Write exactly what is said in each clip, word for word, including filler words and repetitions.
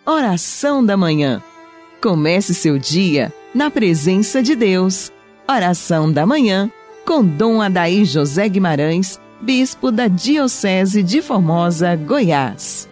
Oração da Manhã. Comece seu dia na presença de Deus. Oração da Manhã com Dom Adair José Guimarães, Bispo da Diocese de Formosa, Goiás.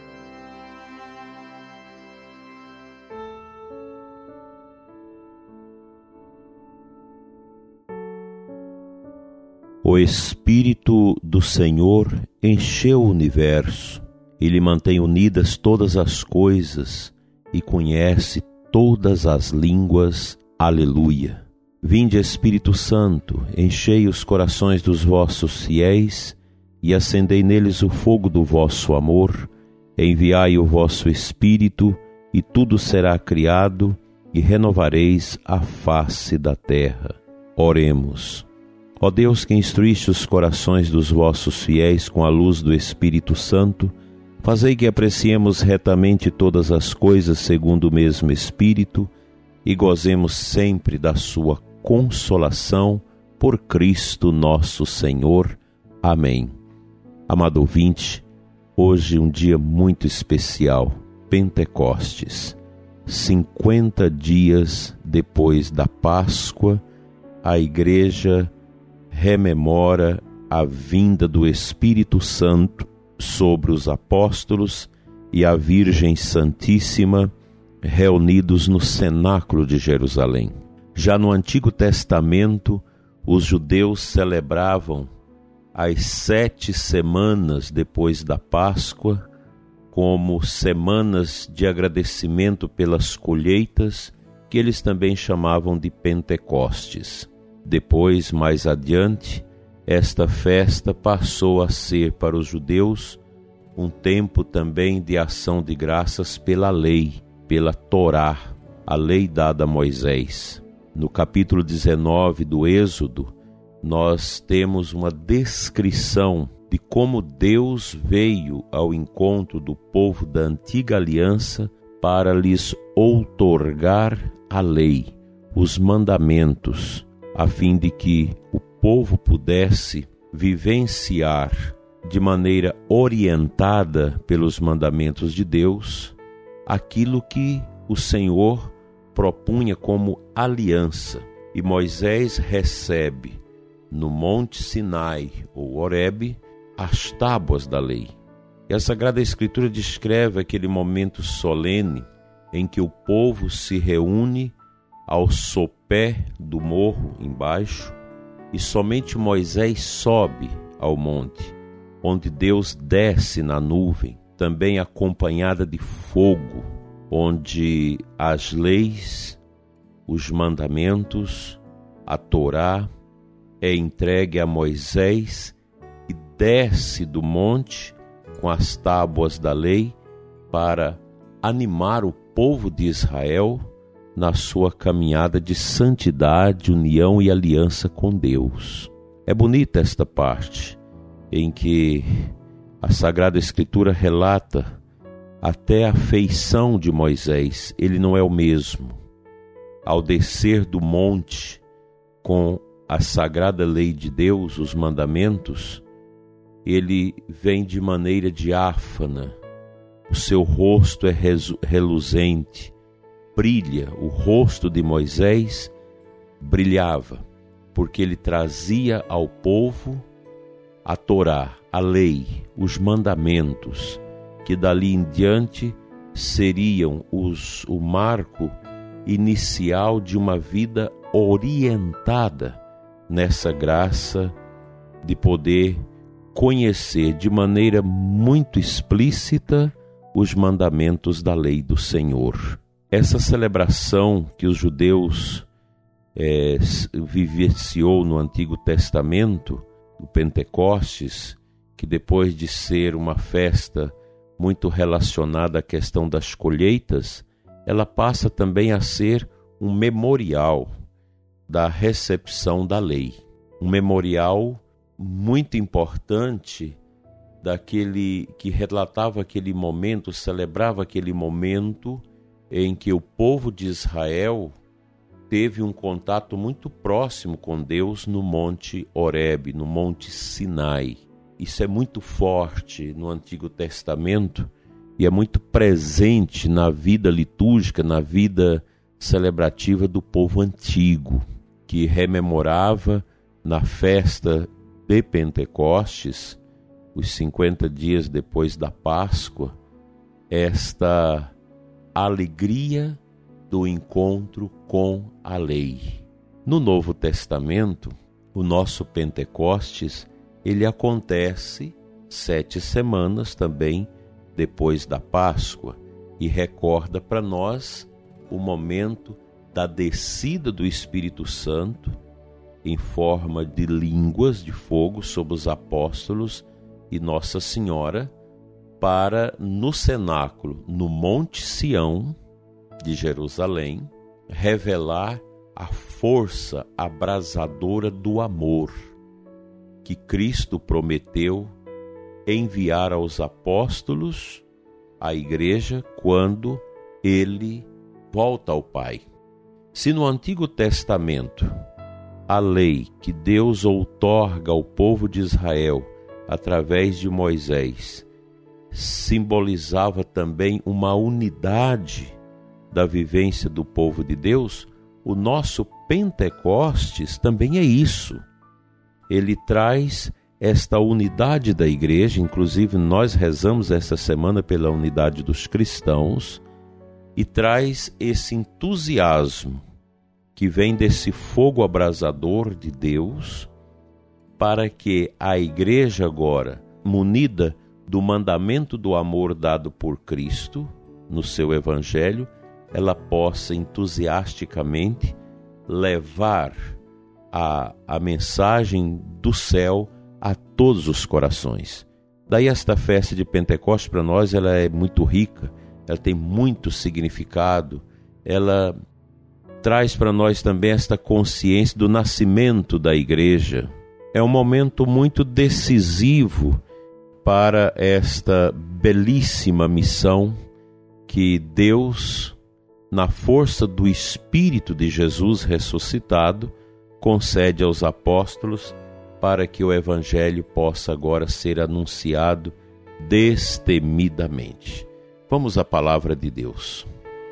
O Espírito do Senhor encheu o universo. Ele mantém unidas todas as coisas e conhece todas as línguas. Aleluia. Vinde, Espírito Santo, enchei os corações dos vossos fiéis e acendei neles o fogo do vosso amor. Enviai o vosso Espírito e tudo será criado e renovareis a face da terra. Oremos. Ó Deus, que instruíste os corações dos vossos fiéis com a luz do Espírito Santo, fazei que apreciemos retamente todas as coisas segundo o mesmo Espírito e gozemos sempre da sua consolação por Cristo nosso Senhor. Amém. Amado ouvinte, hoje um dia muito especial, Pentecostes. cinquenta dias depois da Páscoa, a Igreja rememora a vinda do Espírito Santo sobre os apóstolos e a Virgem Santíssima reunidos no cenáculo de Jerusalém. Já no Antigo Testamento, os judeus celebravam as sete semanas depois da Páscoa como semanas de agradecimento pelas colheitas, que eles também chamavam de Pentecostes. Depois, mais adiante, esta festa passou a ser para os judeus um tempo também de ação de graças pela lei, pela Torá, a lei dada a Moisés. No capítulo dezenove do Êxodo, nós temos uma descrição de como Deus veio ao encontro do povo da antiga aliança para lhes outorgar a lei, os mandamentos, a fim de que o povo pudesse vivenciar de maneira orientada pelos mandamentos de Deus aquilo que o Senhor propunha como aliança. E Moisés recebe no Monte Sinai, ou Horebe, as tábuas da lei. E a Sagrada Escritura descreve aquele momento solene em que o povo se reúne ao sopé do morro embaixo, e somente Moisés sobe ao monte, onde Deus desce na nuvem, também acompanhada de fogo, onde as leis, os mandamentos, a Torá é entregue a Moisés e desce do monte com as tábuas da lei para animar o povo de Israel na sua caminhada de santidade, união e aliança com Deus. É bonita esta parte em que a Sagrada Escritura relata até a feição de Moisés. Ele não é o mesmo. Ao descer do monte com a sagrada lei de Deus, os mandamentos, ele vem de maneira diáfana. O seu rosto é reluzente, brilha. O rosto de Moisés brilhava, porque ele trazia ao povo a Torá, a lei, os mandamentos, que dali em diante seriam os, o marco inicial de uma vida orientada nessa graça de poder conhecer de maneira muito explícita os mandamentos da lei do Senhor. Essa celebração que os judeus é, vivenciou no Antigo Testamento, o Pentecostes, que depois de ser uma festa muito relacionada à questão das colheitas, ela passa também a ser um memorial da recepção da lei. Um memorial muito importante daquele que relatava aquele momento, celebrava aquele momento em que o povo de Israel teve um contato muito próximo com Deus no Monte Horebe, no Monte Sinai. Isso é muito forte no Antigo Testamento, e é muito presente na vida litúrgica, na vida celebrativa do povo antigo, que rememorava na festa de Pentecostes, os cinquenta dias depois da Páscoa, esta alegria do encontro com a lei. No Novo Testamento, o nosso Pentecostes, ele acontece sete semanas também depois da Páscoa e recorda para nós o momento da descida do Espírito Santo em forma de línguas de fogo sobre os apóstolos e Nossa Senhora para, no cenáculo, no Monte Sião de Jerusalém, revelar a força abrasadora do amor que Cristo prometeu enviar aos apóstolos, à igreja, quando ele volta ao Pai. Se no Antigo Testamento a lei que Deus outorga ao povo de Israel através de Moisés simbolizava também uma unidade da vivência do povo de Deus, o nosso Pentecostes também é isso. Ele traz esta unidade da igreja, inclusive nós rezamos essa semana pela unidade dos cristãos, e traz esse entusiasmo que vem desse fogo abrasador de Deus, para que a igreja agora, munida do mandamento do amor dado por Cristo no seu evangelho, ela possa entusiasticamente levar a, a mensagem do céu a todos os corações. Daí esta festa de Pentecostes para nós ela é muito rica, ela tem muito significado, ela traz para nós também esta consciência do nascimento da igreja. É um momento muito decisivo para esta belíssima missão que Deus, na força do Espírito de Jesus ressuscitado, concede aos apóstolos para que o Evangelho possa agora ser anunciado destemidamente. Vamos à palavra de Deus.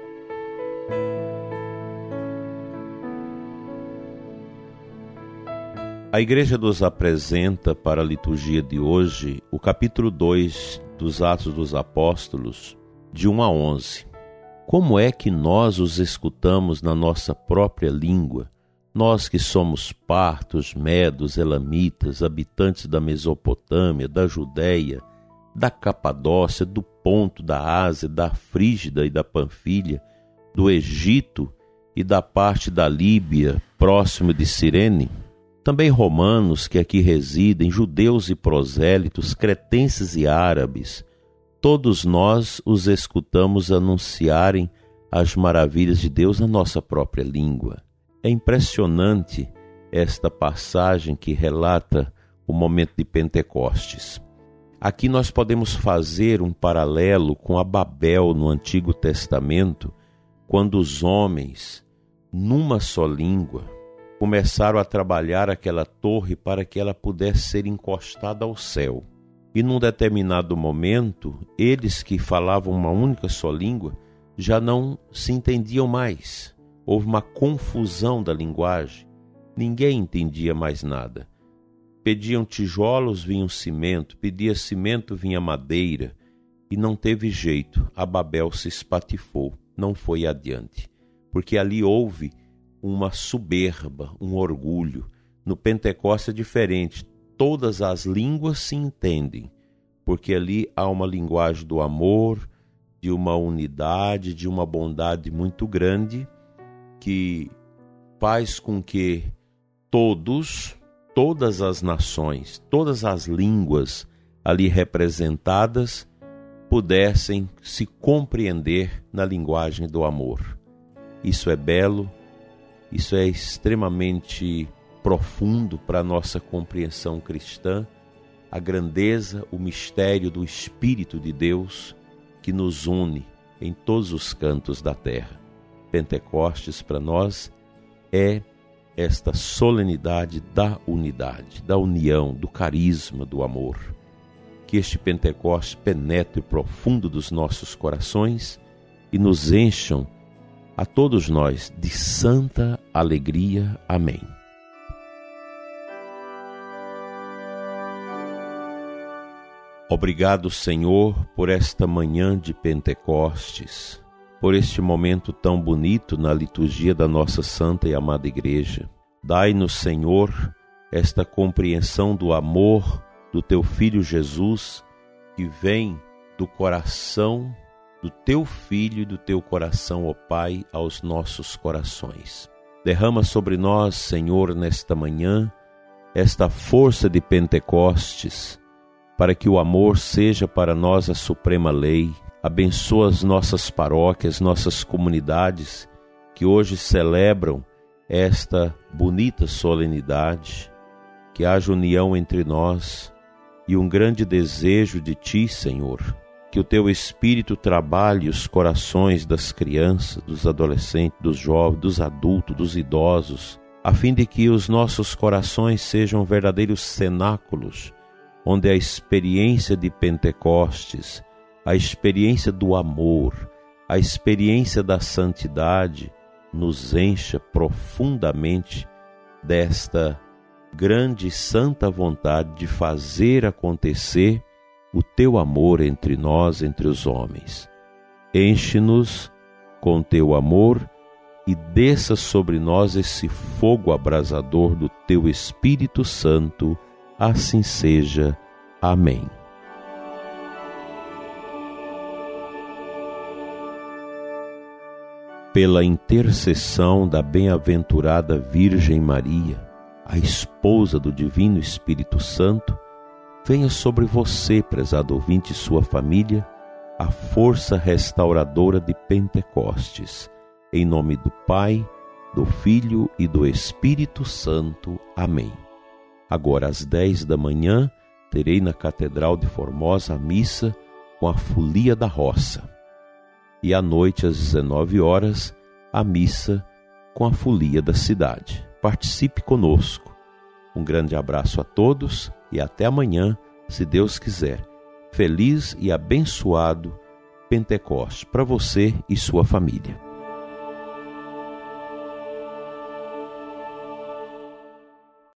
A Igreja nos apresenta para a liturgia de hoje o capítulo dois dos Atos dos Apóstolos, de um a onze. Como é que nós os escutamos na nossa própria língua, nós que somos partos, medos, elamitas, habitantes da Mesopotâmia, da Judéia, da Capadócia, do Ponto, da Ásia, da Frígida e da Panfilha, do Egito e da parte da Líbia, próximo de Cirene? Também romanos que aqui residem, judeus e prosélitos, cretenses e árabes, todos nós os escutamos anunciarem as maravilhas de Deus na nossa própria língua. É impressionante esta passagem que relata o momento de Pentecostes. Aqui nós podemos fazer um paralelo com a Babel no Antigo Testamento, quando os homens, numa só língua, começaram a trabalhar aquela torre para que ela pudesse ser encostada ao céu. E num determinado momento, eles que falavam uma única só língua já não se entendiam mais. Houve uma confusão da linguagem. Ninguém entendia mais nada. Pediam tijolos, vinha cimento. Pedia cimento, vinha madeira. E não teve jeito. A Babel se espatifou. Não foi adiante. Porque ali houve uma soberba, um orgulho. No Pentecostes é diferente. Todas as línguas se entendem, porque ali há uma linguagem do amor, de uma unidade, de uma bondade muito grande, que faz com que todos, todas as nações, todas as línguas ali representadas, pudessem se compreender na linguagem do amor. Isso é belo, isso é extremamente profundo para a nossa compreensão cristã, a grandeza, o mistério do Espírito de Deus que nos une em todos os cantos da terra. Pentecostes para nós é esta solenidade da unidade, da união, do carisma, do amor, que que este Pentecostes penetre profundo dos nossos corações e nos encham a todos nós de santa alegria. Amém. Obrigado, Senhor, por esta manhã de Pentecostes, por este momento tão bonito na liturgia da nossa santa e amada Igreja. Dai-nos, Senhor, esta compreensão do amor do Teu Filho Jesus, que vem do coração do Teu Filho e do Teu coração, ó Pai, aos nossos corações. Derrama sobre nós, Senhor, nesta manhã, esta força de Pentecostes, para que o amor seja para nós a suprema lei. Abençoa as nossas paróquias, nossas comunidades que hoje celebram esta bonita solenidade. Que haja união entre nós e um grande desejo de Ti, Senhor. Que o Teu Espírito trabalhe os corações das crianças, dos adolescentes, dos jovens, dos adultos, dos idosos, a fim de que os nossos corações sejam verdadeiros cenáculos, onde a experiência de Pentecostes, a experiência do amor, a experiência da santidade nos encha profundamente desta grande e santa vontade de fazer acontecer o Teu amor entre nós, entre os homens. Enche-nos com Teu amor e desça sobre nós esse fogo abrasador do Teu Espírito Santo. Assim seja. Amém. Pela intercessão da bem-aventurada Virgem Maria, a esposa do Divino Espírito Santo, venha sobre você, prezado ouvinte, e sua família, a força restauradora de Pentecostes. Em nome do Pai, do Filho e do Espírito Santo. Amém. Agora, às dez da manhã, terei na Catedral de Formosa a missa com a Folia da Roça. E à noite, às dezenove horas, a missa com a Folia da Cidade. Participe conosco. Um grande abraço a todos e até amanhã, se Deus quiser. Feliz e abençoado Pentecostes para você e sua família.